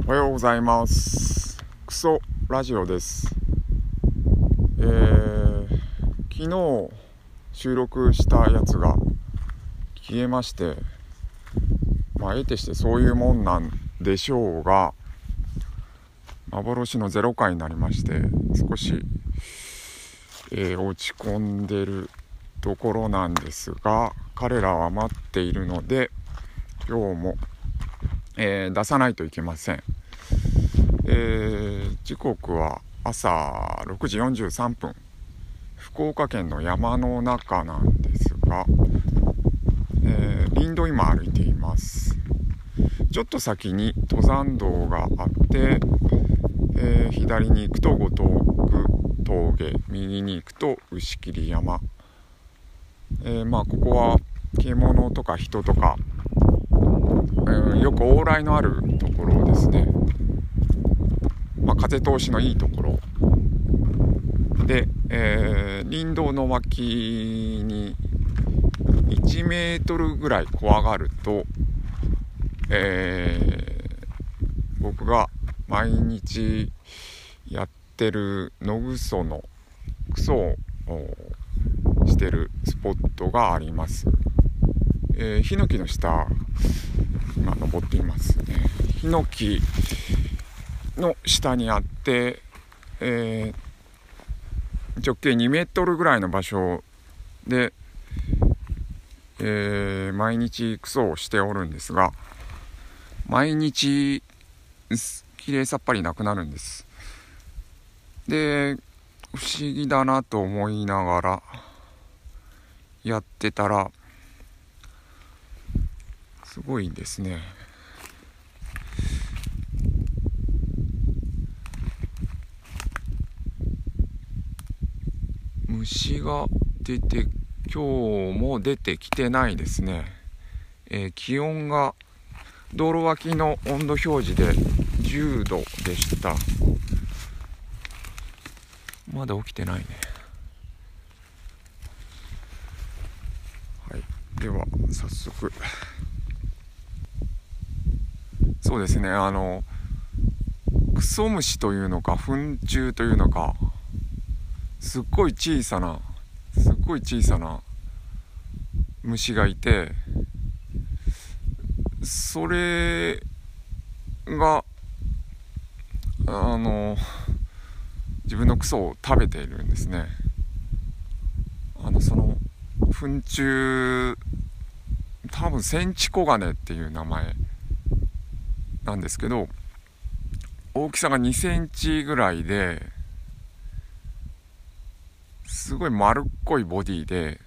おはようございます。クソラジオです。昨日収録したやつが消えまして、得てしてそういうもんなんでしょうが、幻の0回になりまして、少し、落ち込んでるところなんですが、彼らは待っているので今日も、出さないといけません。時刻は朝6時43分、福岡県の山の中なんですが、林道今歩いています。ちょっと先に登山道があって、左に行くと五徳峠、右に行くと牛切山、ここは獣とか人とか、よく往来のあるところですね。風通しのいいところで、林道の脇に1メートルぐらい怖がると、僕が毎日やってる野ぐそのクソをしてるスポットがあります。ヒノキの下今登っていますね。ヒノキの下にあって、直径2メートルぐらいの場所で、毎日クソをしておるんですが、毎日きれいさっぱりなくなるんです。で、不思議だなと思いながらやってたら、すごいですね。虫が出て、今日も出てきてないですね。気温が道路脇の温度表示で10度でした。まだ起きてないね。はい、では早速。そうですね、クソムシというのか糞虫というのか、すっごい小さな虫がいて、それが自分のクソを食べているんですね。その糞虫、多分センチコガネっていう名前なんですけど、大きさが2センチぐらいで、すごい丸っこいボディで、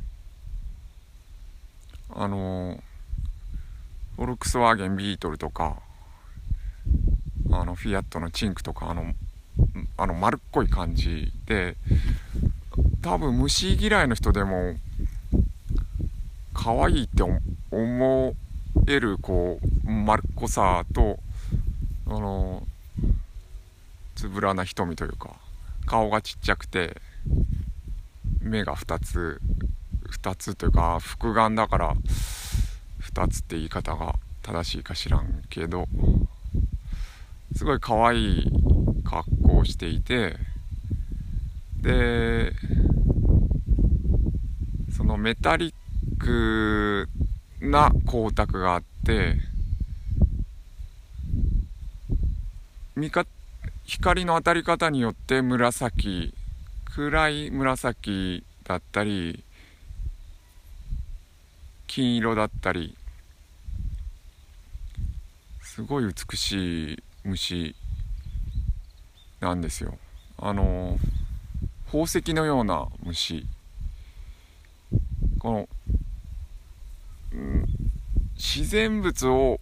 フォルクスワーゲンビートルとか、フィアットのチンクとか、丸っこい感じで、多分虫嫌いの人でも可愛いって思える丸っこさと、つぶらな瞳というか、顔がちっちゃくて目が2つというか、複眼だから2つって言い方が正しいか知らんけど、すごい可愛い格好をしていて、でそのメタリックな光沢があって、光の当たり方によって暗い紫だったり金色だったり、すごい美しい虫なんですよ。宝石のような虫。この、自然物を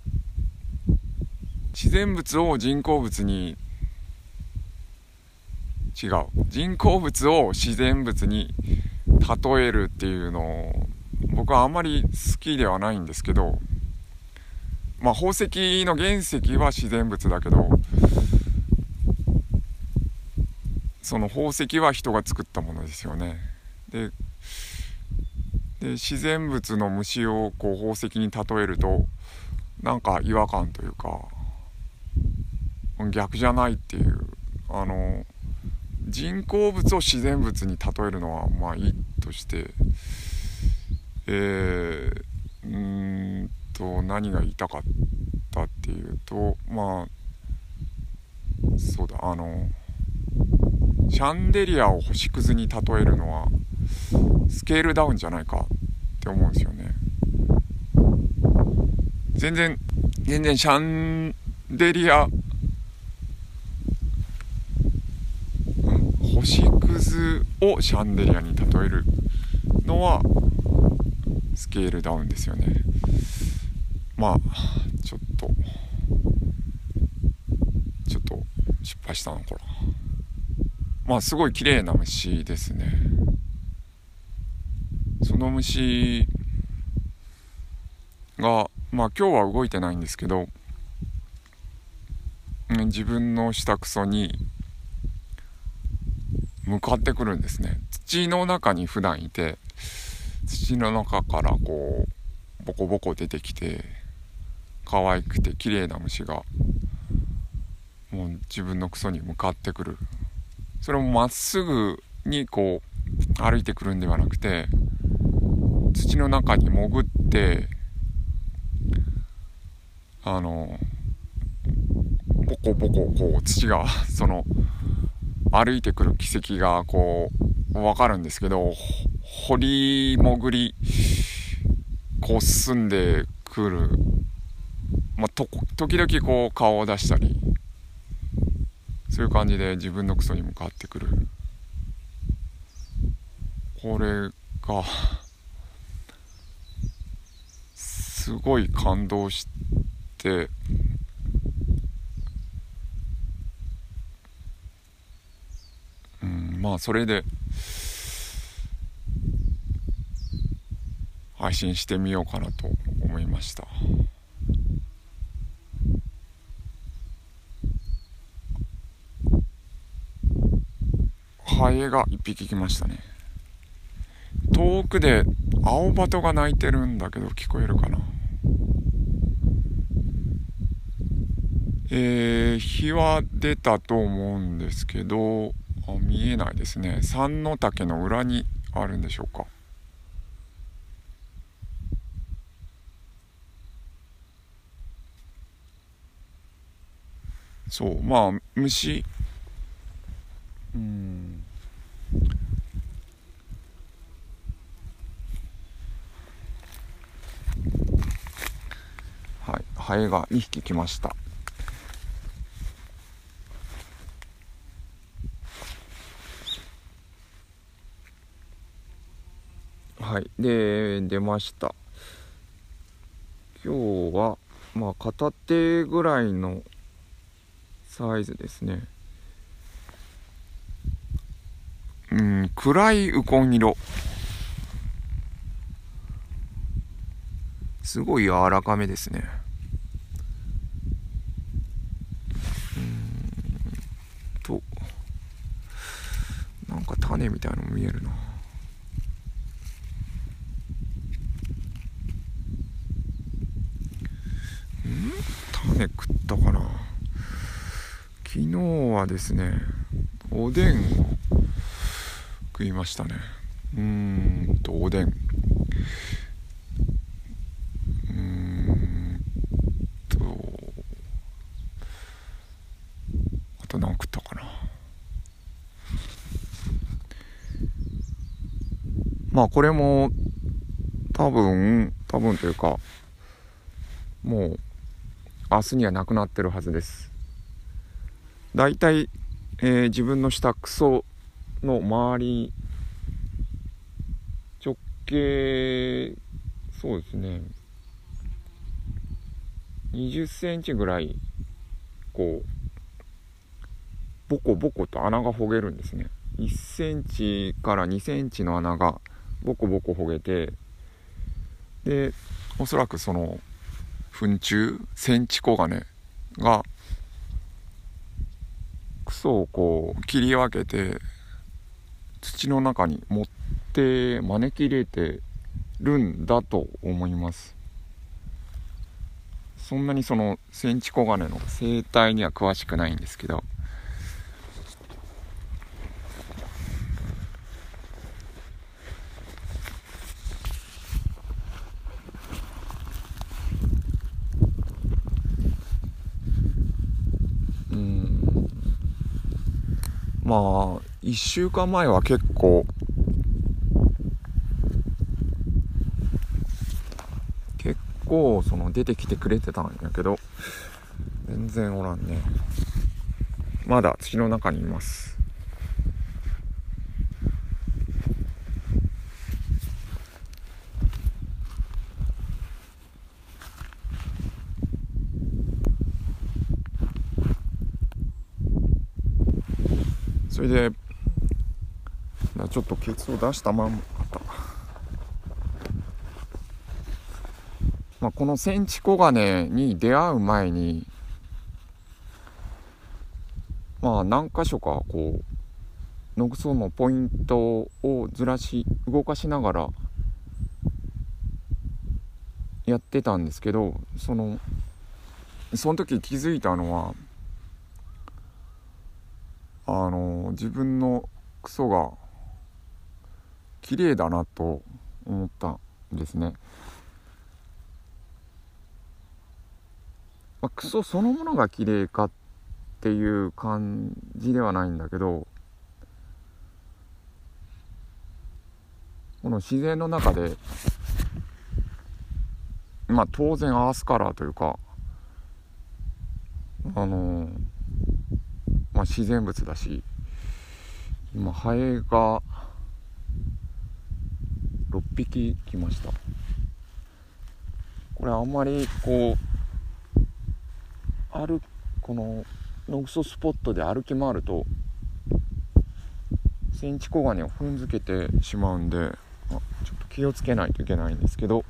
人工物に人工物を自然物に例えるっていうのを僕はあんまり好きではないんですけど、宝石の原石は自然物だけど、その宝石は人が作ったものですよね。で自然物の虫を宝石に例えると、なんか違和感というか、 逆じゃないっていう、人工物を自然物に例えるのはまあいいとして、何が言いたかったっていうと、まあそうだ、シャンデリアを星屑に例えるのはスケールダウンじゃないかって思うんですよね。全然シャンデリア、星屑をシャンデリアに例えるのはスケールダウンですよね。まあちょっと失敗したのかな。まあすごい綺麗な虫ですね。その虫がまあ今日は動いてないんですけど、自分の下くそに向かってくるんですね。土の中に普段いて、土の中からこうボコボコ出てきて、可愛くて綺麗な虫がもう自分のクソに向かってくる。それもまっすぐにこう歩いてくるんではなくて、土の中に潜ってボコボコこう土がその歩いてくる軌跡がこう分かるんですけど、掘り潜りこう進んでくる、時々こう顔を出したり、そういう感じで自分のクソに向かってくる。これがすごい感動して、まあそれで配信してみようかなと思いました。ハエが一匹来ましたね。遠くで青バトが鳴いてるんだけど聞こえるかな。日は出たと思うんですけど、見えないですね。三の岳の裏にあるんでしょうか。そう、まあ虫、はい、ハエが2匹来ました。はい、で出ました。今日はまあ片手ぐらいのサイズですね。暗いウコン色、すごい柔らかめですね。なんか種みたいなのも見えるな。種食ったかな。昨日はですね、おでんを食いましたね。おでん、あと何食ったかな。まあこれも多分というか、もう明日にはなくなってるはずです。だいたい自分の下クソの周り直径、そうですね、20センチぐらいこうボコボコと穴がほげるんですね。1センチから2センチの穴がボコボコほげて、でおそらくその糞虫センチコガネがクソをこう切り分けて土の中に持って招き入れてるんだと思います。 そんなにそのセンチコガネの生態には詳しくないんですけど、まあ1週間前は結構その出てきてくれてたんやけど、全然おらんね。まだ土の中にいます。それでちょっとケツを出したまんまこのセンチコガネに出会う前に何箇所かこうノグソのポイントを動かしながらやってたんですけど、その時気づいたのは自分のクソが綺麗だなと思ったんですね。クソそのものが綺麗かっていう感じではないんだけど、この自然の中で当然アースカラーというか自然物だし、今ハエが6匹来ました。これあんまりこのノグソスポットで歩き回るとセンチコガネを踏んづけてしまうんで、ちょっと気をつけないといけないんですけど、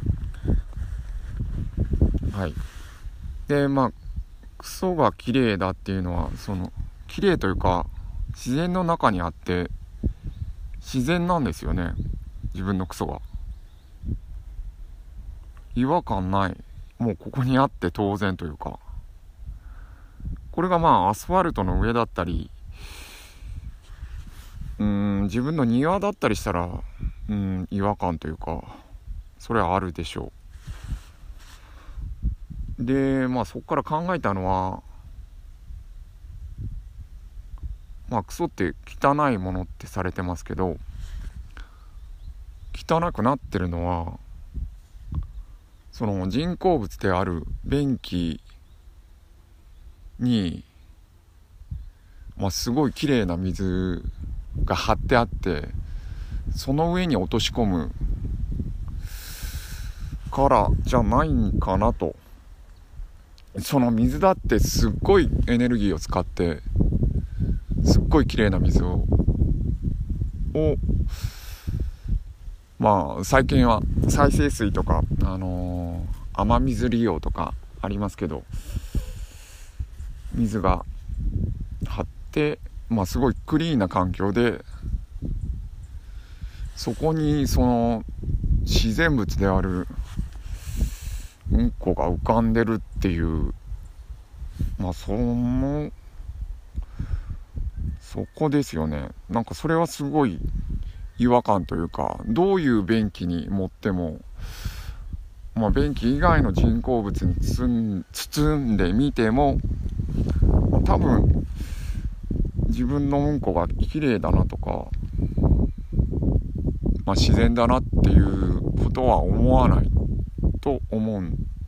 はい。でクソが綺麗だっていうのはその綺麗というか自然の中にあって自然なんですよね。自分のクソが違和感ない、もうここにあって当然というか、これがアスファルトの上だったり自分の庭だったりしたら違和感というかそれはあるでしょう。でそこから考えたのはクソって汚いものってされてますけど、汚くなってるのはその人工物である便器にすごい綺麗な水が張ってあって、その上に落とし込むからじゃないんかなと。その水だってすっごいエネルギーを使ってすっごい綺麗な水を最近は再生水とか雨水利用とかありますけど、水が張ってすごいクリーンな環境で、そこにその自然物であるうんこが浮かんでるっていう、そこですよね。それはすごい違和感というか、どういう便器に持っても便器以外の人工物に包んでみても多分自分のうんこが綺麗だなとか、自然だなっていうことは思わないと思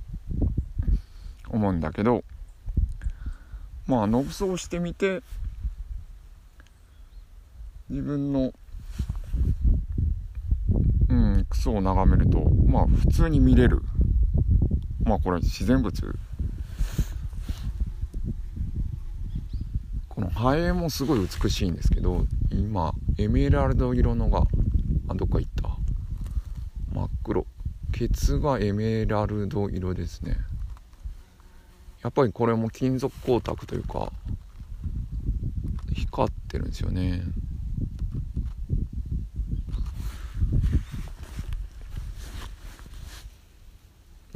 うんだけど、ノグソをしてみて自分のクソを眺めると普通に見れる。これ自然物、このハエもすごい美しいんですけど、今エメラルド色のがどっか行った。真っ黒、ケツがエメラルド色ですね。やっぱりこれも金属光沢というか光ってるんですよね。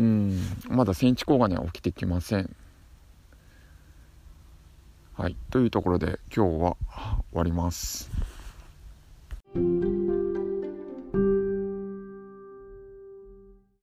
まだセンチコガネは起きてきません。はい、というところで今日は終わります。